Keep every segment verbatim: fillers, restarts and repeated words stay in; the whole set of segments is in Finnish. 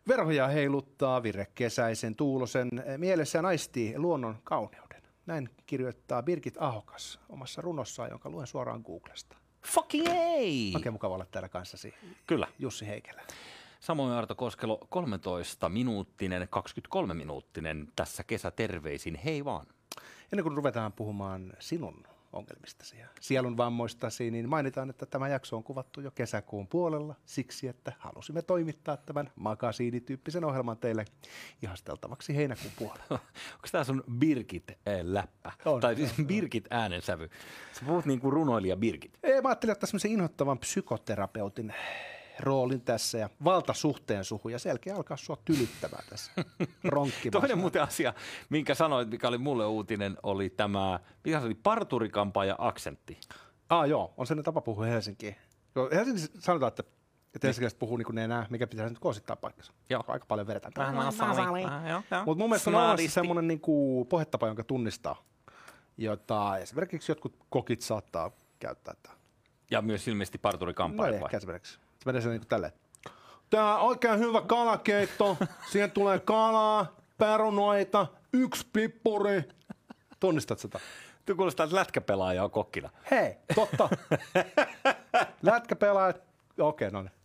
Verhoja heiluttaa virrekesäisen tuulosen mielessä ja naistii luonnon kauneuden. Näin kirjoittaa Birgit Ahokas omassa runossaan, jonka luen suoraan Googlesta. Fucking ei! Oikein mukava olla täällä kanssasi. Kyllä. Jussi Heikelä. Samoin Arto Koskelo, kolmetoista minuuttinen, kaksikymmentäkolme minuuttinen tässä kesäterveisin. Hei vaan. Ennen kuin ruvetaan puhumaan sinun ongelmistasi ja sielun vammoistasi, niin mainitaan, että tämä jakso on kuvattu jo kesäkuun puolella siksi, että halusimme toimittaa tämän makasiinityyppisen ohjelman teille ihasteltavaksi heinäkuun puolella. Onko tämä sun Birgit-läppä? On, tai siis Birgit-äänensävy? Sä puhut niin kuin runoilija Birgit. Ei, mä ajattelin ottaa semmoisen inhottavan psykoterapeutin roolin tässä ja valtasuhteen suhu ja selkeä alkaa sua tylyttämään tässä ronkkimassa. Toinen muuten asia, minkä sanoit, mikä oli mulle uutinen, oli tämä, mikä se oli, parturikampa ja aksentti. Ah joo, on sellainen tapa puhua Helsinkiin. Joo, Helsingissä sanotaan, että, että helsinkiläiset puhuu niin kuin ne enää, mikä pitäisi nyt koosittaa paikkansa. Joo. Aika paljon vedetään. Mutta mun mielestä on olemassa semmoinen niin kuin puhetapa, jonka tunnistaa, jota esimerkiksi jotkut kokit saattaa käyttää. Ja myös ilmeisesti parturikampa. No ehkä esimerkiksi. Se menee se niin kuin tälleen. Tää on oikein hyvä kalakeitto. Siihen tulee kalaa, perunoita, yksi pippuri. Tunnistat sitä? Tuo kuulostaa, että lätkäpelaaja on kokkina. Hei, totta. Lätkäpelaajat. Okei, okay, no niin.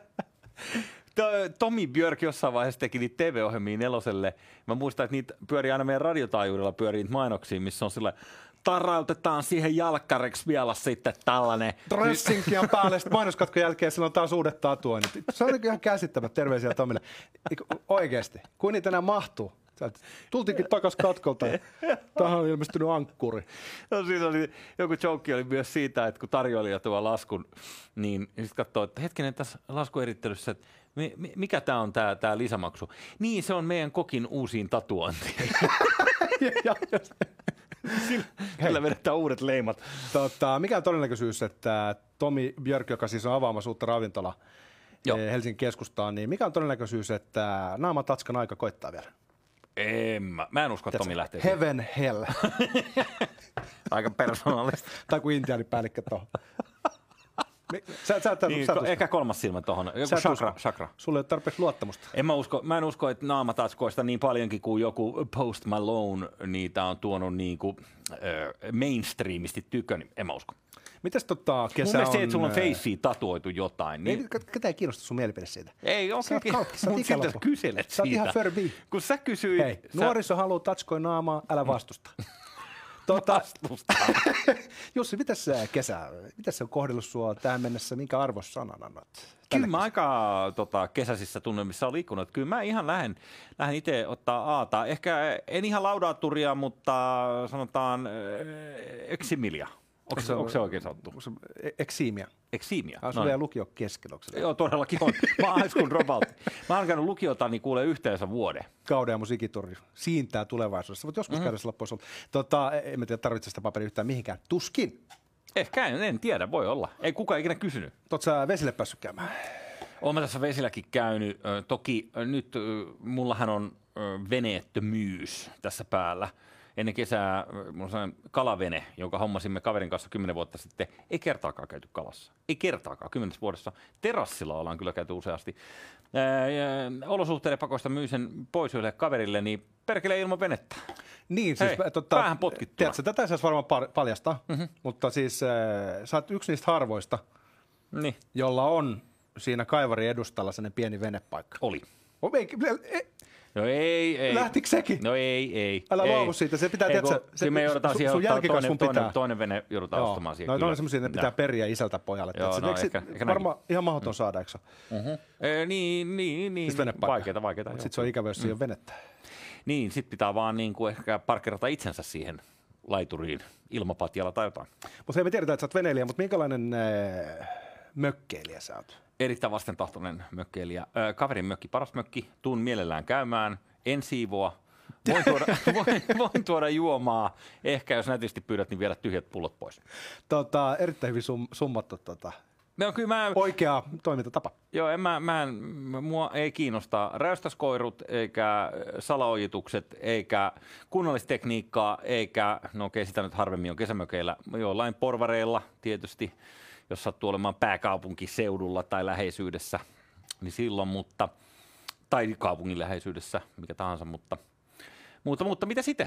Tomi Björk jossain vaiheessa teki niitä T V-ohjelmia Neloselle. Mä muistan, että niitä pyörii aina meidän radiotaajuudella, pyörii niitä mainoksia, missä on sillä tarrautetaan siihen jalkkareksi vielä sitten tällainen. Dressinkia päälle, sitten mainoskatkon jälkeen sillä on taas uudet tatuoinnit. Se on ihan käsittämättä, terveisiä Tomille. Oikeasti, kun niitä enää mahtuu. Tultiinkin takas katkolta ja tähän on ilmestynyt ankkuri. No siis oli, joku joke oli myös siitä, että kun tarjoilija tuo laskun, niin sitten katsoo, että hetkinen tässä laskuerittelyssä, että mikä tämä on tämä tää lisämaksu? Niin, se on meidän kokin uusiin tatuointiin. Sillä, sillä vedetään uudet leimat. Tota, mikä on todennäköisyys, että Tomi Björk, joka siis on avaamassa uutta ravintolaa Helsingin keskustaan, niin mikä on todennäköisyys, että naamatatskan aika koittaa vielä? En mä. Mä en usko, että Tomi lähtee. Heaven hell. Aika persoonallista. Tai kuin intiaanipäällikkö tuohon. Sä, sä, sä, niin, sä ehkä kolmas silmä tuohon. Joku chakra, chakra. Sulla ei ole tarpeeksi luottamusta. En mä, usko, mä en usko, että naamatatskoista niin paljonkin kuin joku Post Malone niitä on tuonut niin kuin, äh, mainstreamisti tykö, niin en mä usko. Mitäs tota kesä on? Mun mielestä se, että sulla on faceen tatuoitu jotain. Niin... Ei, ketä ei kiinnosta sun mielipide siitä? Ei, okei. Okay. Mutta sitten kyselet siitä. Sä oot ihan Furby. Kun sä kysyit... Hei, sä... nuoriso haluaa tatskoin naamaa, älä vastusta. Tuota... Vastusta. Jussi, mitäs kesä, mitäs se on kohdellut sua tähän mennessä, minkä arvosanan annat? Kyllä mä aika tota, kesäisissä tunnelmissa on liikkunut. Kyllä mä ihan lähden, lähden itse ottaa aata. Ehkä en ihan laudaturia, mutta sanotaan eksimilia. Onko se, onko se oikein sanottu? Eksiimiä. Eksiimiä. Ah, sulla ei lukio kesken. Joo, todellakin on. Mä oon high school dropout. Mä oon käynyt lukiota, niin kuulee yhteensä vuoden. Kauden ja musiikiturri. Siintää tulevaisuudessa. Voit joskus mm-hmm. käydä sillä pois. Tota, en mä tiedä, tarvitse sitä paperia yhtään mihinkään. Tuskin. Ehkä en, en tiedä, voi olla. Ei kukaan ikinä kysynyt. Oot sä vesille päässyt käymään? Oon mä tässä vesilläkin käynyt. Toki nyt mullahan on veneettömyys tässä päällä. Ennen kesää mulla on sellainen kalavene, jonka hommasimme kaverin kanssa kymmenen vuotta sitten. Ei kertaakaan käyty kalassa. Ei kertaakaan kymmenessä vuodessa. Terassilla ollaan kyllä käyty useasti. Ää, olosuhteiden pakoista myy sen pois yhdelle kaverille, niin perkele ilman venettä. Niin, siis Hei, tota, vähän potkittuna. Tiedätkö, tätä ei saisi varmaan paljastaa, mm-hmm. mutta siis äh, sä oot yksi niistä harvoista, niin. jolla on siinä kaivarin edustalla sellainen pieni venepaikka. Oli. Oh, ei, ei, No ei, ei. Lähtikö sekin? No ei, ei. Älä ei. luovu siitä, se pitää, Eiku, tiedätkö, se, me joudutaan siihen sun jälkikasvun toinen, pitää. Toinen, toinen vene joudutaan Joo. ostamaan siihen. No, kyllä. no on semmoisia, ne pitää periä isältä pojalle. Joo, no, ehkä, ehkä varmaan ihan mahdoton mm. saada, eikö se? Uh-huh. E, niin, niin, niin. Siis vaikeeta, vaikeeta. Sitten se on ikävä, jos mm. on venettä. Niin, sitten pitää vaan niin kuin ehkä parkkerata itsensä siihen laituriin ilmapatjalla tai jotain. Mutta hei, me tiedetään, että sä oot veneilijä, mutta minkälainen äh, mökkeilijä sä oot? Erittäin vastentahtoinen mökkeilijä. Ö, kaverin mökki, paras mökki. Tuun mielellään käymään. En siivoa. Voin tuoda, voin, voin tuoda juomaa. Ehkä jos nätisti pyydät, niin viedä tyhjät pullot pois. Tota, erittäin hyvin sum, summattu tota, no, kyllä mä, oikea toimintatapa. Joo, en mä, mä en, mua ei kiinnosta räystäskoirut, eikä salaojitukset, eikä kunnallistekniikkaa, eikä, no okei, sitä nyt harvemmin on kesämökeillä, jollain porvareilla tietysti, jos sattuu olemaan pääkaupunkiseudulla tai läheisyydessä, niin silloin, mutta tai kaupungin läheisyydessä, mikä tahansa, mutta, mutta, mutta mitä sitten?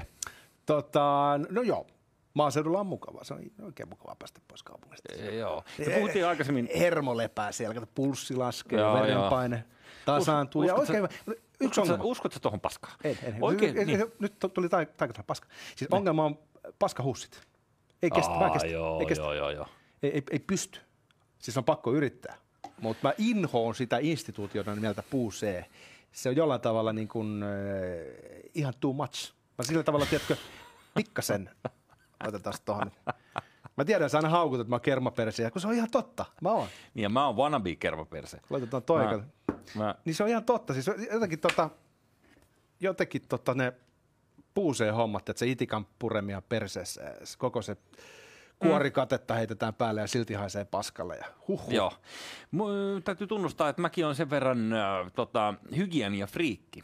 Tota, no joo, maaseudulla on mukavaa. Se on oikein mukavaa päästä pois kaupungista. E, joo. Me puhuttiin aikaisemmin. Hermo lepää siellä, kato, pulssi laskee, Joo, verenpaine tasaantuu. Us, ja oikein, sä, yksi uskotko, uskotko tuohon paskaan? En, en. Oikein, en, niin. Nyt tuli taikatella paska. Siis ongelma on paskahussit. Ei kestä, Aa, mä kestä. Joo, ei, kestä. joo, joo, joo. Ei, ei, ei pysty. Siis on pakko yrittää. Mutta mä inhoon sitä instituutiota nimeltä Puusee. Se on jollain tavalla niin kuin, äh, ihan too much. Mä sillä tavalla, tiedätkö, pikkasen. Otetaan se tohon. Mä tiedän, sä aina haukut, että mä oon kermaperse, kun se on ihan totta. Mä oon. Niin ja mä oon wannabe kermaperse. Laitetaan toi. Mä, mä... Niin se on ihan totta. Siis jotenkin, tota, jotenkin tota ne Puuseen hommat, että se itikan puremia perseessä, koko se kuorikatetta heitetään päälle ja silti haisee paskalle. Ja huh. Joo. M- täytyy tunnustaa, että mäkin olen sen verran äh, tota, hygieniafriikki.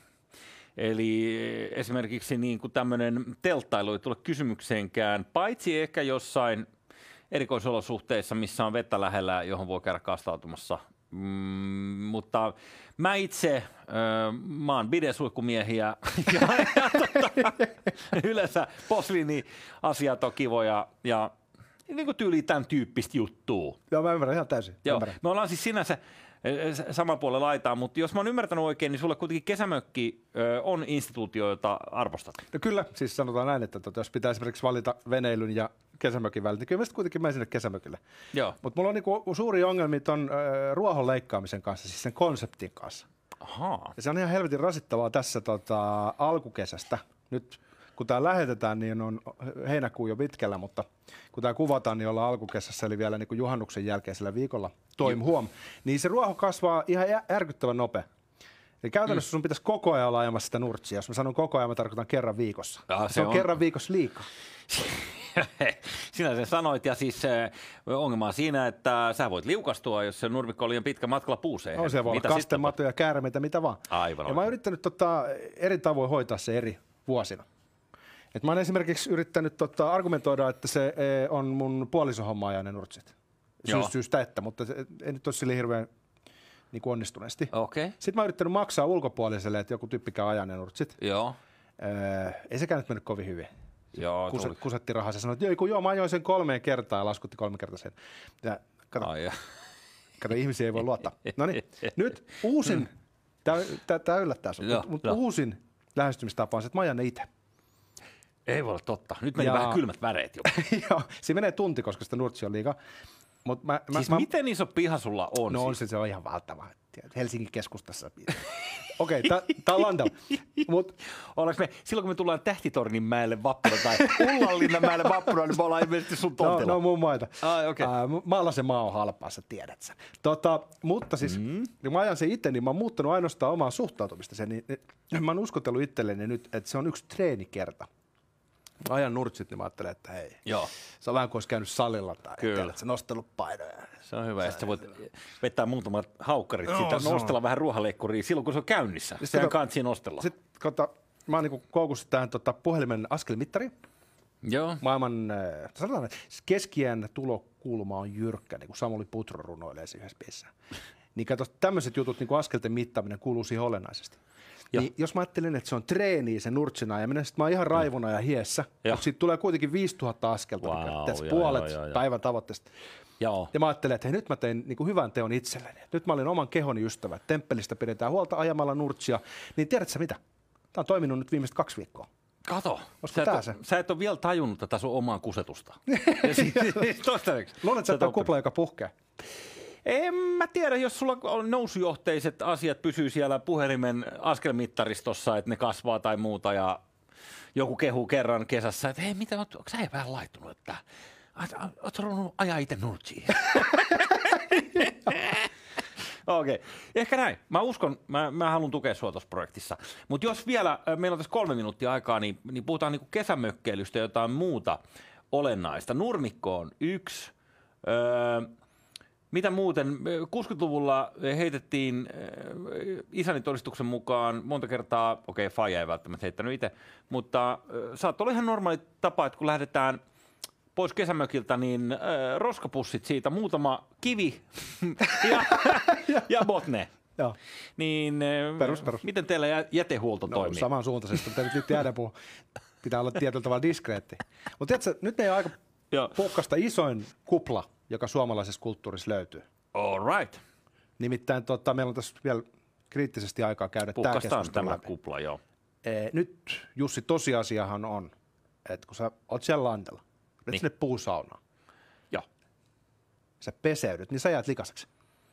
Eli esimerkiksi niin kuin tämmöinen telttailu ei tule kysymykseenkään, paitsi ehkä jossain erikoisolosuhteissa, missä on vettä lähellä, johon voi käydä kastautumassa. Mm, mutta mä itse, äh, mä oon bidesuihkumiehiä ja, ja tota, yleensä posliini-asiat on kivoja ja niin kuin tyyliin tämän tyyppistä juttua. Joo, mä ymmärrän ihan täysin. Joo. Ymmärrän. Me ollaan siis sinänsä saman puolen laitaa, mutta jos mä oon ymmärtänyt oikein, niin sulle kuitenkin kesämökki ö, on instituutio, jota arvostat. No kyllä, siis sanotaan näin, että tota, jos pitää esimerkiksi valita veneilyn ja kesämökin välillä, niin kyllä mä sitten kuitenkin menen sinne kesämökille. Joo. Mutta mulla on niinku suuria ongelmia ton ö, ruohon leikkaamisen kanssa, siis sen konseptin kanssa. Ahaa. Ja se on ihan helvetin rasittavaa tässä tota, alkukesästä. Nyt kun tämä lähetetään, niin on heinäkuu jo pitkällä, mutta kun tämä kuvataan, niin ollaan alkukesässä, eli vielä niin kuin juhannuksen jälkeisellä viikolla, toim huom, niin se ruoho kasvaa ihan järkyttävän nopea. Eli käytännössä mm. sun pitäisi koko ajan olla ajamassa sitä nurtsia. Jos mä sanon koko ajan, mä tarkoitan kerran viikossa. Ah, se, se on, on kerran viikossa liikaa. Sinä sen sanoit, ja siis äh, ongelma on siinä, että sä voit liukastua, jos se nurmikko on liian pitkä matkalla Puuseen. On se voi olla kastematoja, käärmeitä, mitä vaan. Aivan. Ja mä oon yrittänyt tota, eri tavoin hoitaa se eri vuosina. Et mä oon esimerkiksi yrittänyt tota, argumentoida, että se e, on mun puolisohomma ajaa ne nurtsit. Syys, syystä että, mutta se, ei nyt ole sille hirveän niin kuin onnistuneesti. Okei. Okay. Sitten mä oon yrittänyt maksaa ulkopuoliselle, että joku tyyppi käy ajaa ne nurtsit. Joo. Öö, ei sekään nyt mennyt kovin hyvin. Joo, Kus, kusetti rahaa ja sanoi, että joo, joo, mä ajoin sen kolmeen kertaan ja laskutti kolme kertaa sen. Ja kato, Ai kato, ihmisiä ei voi luottaa. No niin, nyt uusin, tämä yllättää sun, mutta mut uusin lähestymistapa on se, että mä ajan ne itse. Ei voi olla totta. Nyt meni ja... vähän kylmät väreet jopa. Joo, siinä menee tunti, koska sitä nurtsia on liikaa. Mut mä, mä, siis mä... miten iso piha sulla on? No siis? on se, se on ihan valtava. Helsingin keskustassa. Okei, okay, tää on landalla. Mut... Me, silloin kun me tullaan Tähtitornin mäelle vappuna tai Ullanlinnan mäelle vappuna, niin me ollaan ilmeisesti sun tontilla. No, no mun maita. Ah, okay. uh, Maalaisen maa on halpaa, sä tiedät sen. Tota, mutta siis, mm. kun mä ajan sen itse, niin mä oon muuttanut ainoastaan omaa suhtautumista sen. Niin, niin, mä oon uskotellut itselleni nyt, että se on yksi treenikerta. Mä ajan nurtsit, niin mä ajattelen, että hei, joo. Se on vähän kuin olisi käynyt salilla tai Kyllä. että se nostellut painoja. Se on hyvä, ja sä voit vetää muutamat haukkarit no, siitä, nostella on. vähän ruohonleikkuriin silloin, kun se on käynnissä. Sehän kansi nostella. Sitten kato, mä oon niin koukussa tähän tota, puhelimen askelmittariin. Joo. Maailman äh, sanotaan, keskiään tulokulma on jyrkkä, niin kuin Samuli Putro runoilee yhdessä biisissä. Niin kato, tämmöiset jutut, niin kuin askelten mittaaminen kuuluu siihen olennaisesti. Niin, jos mä ajattelen, että se on treeniä se nurtsina ja minä, sit mä oon ihan raivona ja hiessä, mutta siitä tulee kuitenkin viisituhatta askelta, wow, niin joo, puolet joo, joo, päivän tavoitteesta. Joo. Ja mä ajattelen, että hei, nyt mä tein niin kuin hyvän teon itselleni. Nyt mä olin oman kehoni ystävä. Temppelistä pidetään huolta ajamalla nurtsia. Niin tiedätkö sä mitä? Tää on toiminut nyt viimeiset kaksi viikkoa. Kato, sä tää et, se? sä et ole vielä tajunnut tätä sun omaa kusetusta. Toistaiseksi. Luulet sä, että on kupla, joka puhkee? En mä tiedä, jos sulla on nousujohteiset asiat pysyy siellä puhelimen askelmittaristossa, että ne kasvaa tai muuta ja joku kehuu kerran kesässä, että hei, mitä, onko sä ei vähän laittunut, että ootko ruvennut ajaa itse nurtsiin? Okei, okay. Ehkä näin. Mä uskon, mä, mä haluan tukea sua tuossa projektissa. Mutta jos vielä, meillä on tässä kolme minuuttia aikaa, niin, niin puhutaan niinku kesämökkeilystä ja jotain muuta olennaista. Nurmikko on yksi. Öö, mitä muuten? kuusikymmentäluvulla heitettiin isäni todistuksen mukaan monta kertaa, okei, okay, faija ei välttämättä heittänyt itse, mutta saattoi olla ihan normaali tapa, että kun lähdetään pois kesämökiltä, niin äh, roskapussit siitä, muutama kivi ja, ja botne. Joo. Niin Perus, perus. miten teillä jä- jätehuolto No, toimii? samansuuntaisesti, mutta nyt viitti ääneen puhua. Pitää olla tietyllä tavalla diskreetti. Mutta tiedätkö, nyt ei ole aika Joo. puhkasta isoin kupla, joka suomalaisessa kulttuurissa löytyy. All right. Nimittäin tota, meillä on tässä vielä kriittisesti aikaa käydä tämä Puhkastaan keskustelu tämä läpi. kupla, joo. Ee, nyt Jussi, tosiasiahan on, että kun sä oot siellä landella, nyt Niin. sinne puusaunaan, Joo. sä peseydyt, niin sä jäät likaseksi.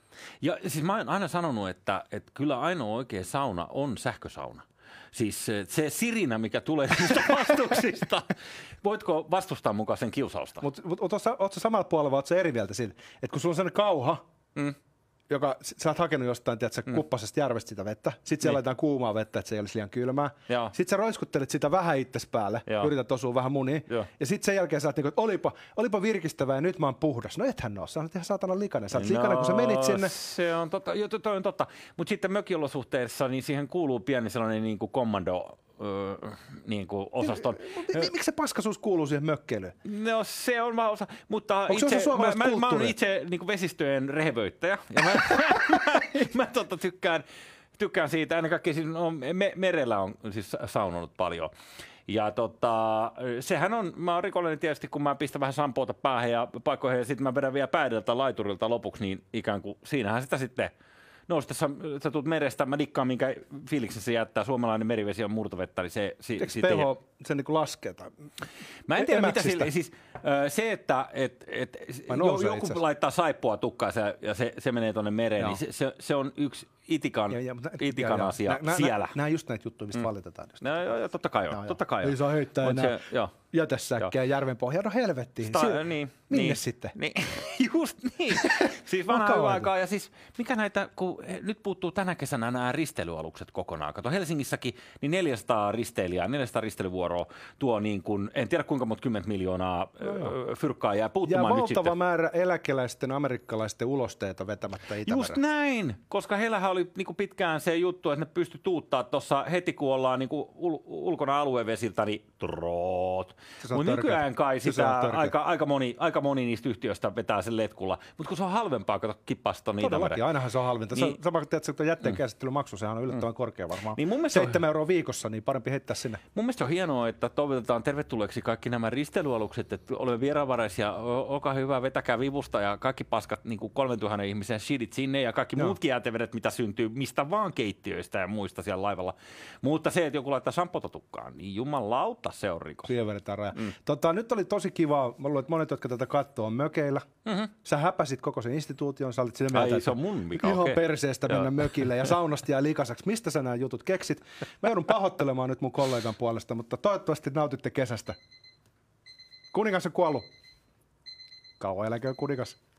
Ja siis mä oon aina sanonut, että, että kyllä ainoa oikea sauna on sähkösauna. Siis se- se sirinä, mikä tulee niistä vastuksista. Voitko vastustaa mukaan sen kiusausta? Mutta mut, mut, oot sä samalla puolella vai oot sä eri mieltä siitä, että kun sulla on sellainen kauha, Mm. joka, s- sä oot hakenut jostain, tiedätkö, mm. kuppasesta järvestä sitä vettä, sit siellä Niin. laitetaan kuumaa vettä, että se ei olisi liian kylmää. Joo. Sit sä roiskuttelet sitä vähän itses päälle, Joo. yrität osua vähän muniin, Joo. ja sit sen jälkeen sä oot niinku, että olipa, olipa virkistävää ja nyt mä oon puhdas. No ethän oo, sä oot ihan saatana likainen. Sä oot likainen, kun sä menit sinne. Se on totta, joo, toi on totta. Mutta sitten mökiolosuhteissa, niin siihen kuuluu pieni sellainen niin kuin kommando öö, niin kuin osaston. Mi- mi- Miksi se paskasuus kuuluu siihen mökkeilyyn? No se on vaan osa, mutta se osa itse, mä, suomalaista mä, mä oon kulttuuria? itse niin kuin vesistöjen rehevöittäjä ja mä, mä, mä totta tykkään, tykkään siitä, ennen kaikkea siis, no, me, merellä on siis saunonut paljon. Ja tota, sehän on, mä oon rikollinen tietysti, kun mä pistän vähän sampoota päähän ja paikkoihin ja sitten mä vedän vielä päädeltä laiturilta lopuksi, niin ikään kuin siinähän sitä sitten noustessa, sä tulet merestä, mä dikkaan minkä fiiliksen se jättää, suomalainen merivesi on murtovettä, niin se... Si, Eikö siitä ei- pH sen niinku laskee? Tai... Mä en tiedä, mitä emäksistä? sille, siis ö, se, että et, et, Vai jo, nousee itse joku asiassa? laittaa saippua tukkaan se, ja se, se menee tuonne mereen, Joo. niin se, se, se on yksi itikan, Ja- ja, mutta- itikan ja- ja- asia nä- nä- siellä. Nämä on just näitä juttuja, mistä mm. valitetaan. Just. No, joo, joo, totta kai joo, Joo, joo. totta kai joo. Ei saa heittää Mut enää se, joo. jätesäkkiä järven pohjaan. No helvettiin. Ta- Si- niin, Minne niin, sitten? Niin, just niin. Siis vanhaa Vakavaa. hyvää aikaa. Ja siis mikä näitä, kun he- nyt puuttuu tänä kesänä nämä risteilyalukset kokonaan. Kato Helsingissäkin, niin neljäsataa risteilijää, neljäsataa risteilyvuoroa tuo niin kuin, en tiedä kuinka monta kymmentä miljoonaa no, fyrkkaa jää Ja puuttumaan nyt valtava sitten. määrä eläkeläisten, amerikkalaisten ulosteita vetämättä Itämereen. Just näin, koska heillähän oli niinku pitkään se juttu, että ne pysty tuuttaa tuossa heti kun ollaan niinku ul- ulkona aluevesiltä, niin troot. Se on Mutta törkeä. nykyään kai Se sitä on törkeä. aika, aika, moni, aika moni niistä yhtiöistä vetää sen letkulla. Mutta kun se on halvempaa, kato kippasta niitä. Todellakin, ainahan se on halvinta. Niin. Niin. Sama kuin tiedätkö, että jätteen käsittelymaksu, sehän on yllättävän mm. korkea varmaan. Niin mun mielestä on- Seitsemän euroa viikossa, niin parempi heittää sinne. Mun mielestä on hienoa, että toivotetaan tervetulleeksi kaikki nämä risteilyalukset, että olemme vieraanvaraisia, o- olkaa hyvä, vetäkää vivusta ja kaikki paskat niin kuin kolmentuhannen ihmisen shidit sinne ja kaikki Joo. muutkin jätevedet, mitä syntyy, mistä vaan keittiöistä ja muista siellä laivalla. Mutta se, että joku laittaa sampota tukkaan, niin jumalauta, se on rikos. Siihen vedetään raja. Mm. Tota, nyt oli tosi kiva, mä luulen, että monet, jotka tätä katsoo, on mökeillä. Mm-hmm. Sä häpäsit koko sen instituution, sä olit siinä Ai, mieltä, se on mun vika, ihan okei. perseestä mennä Joo. mökille ja saunasta jää likaseksi. Mistä sä nämä jutut keksit? Mä joudun pahoittelemaan nyt mun kollegan puolesta, mutta toivottavasti nautitte kesästä. Kuningas on kuollut. Kauan eläköön kuningas.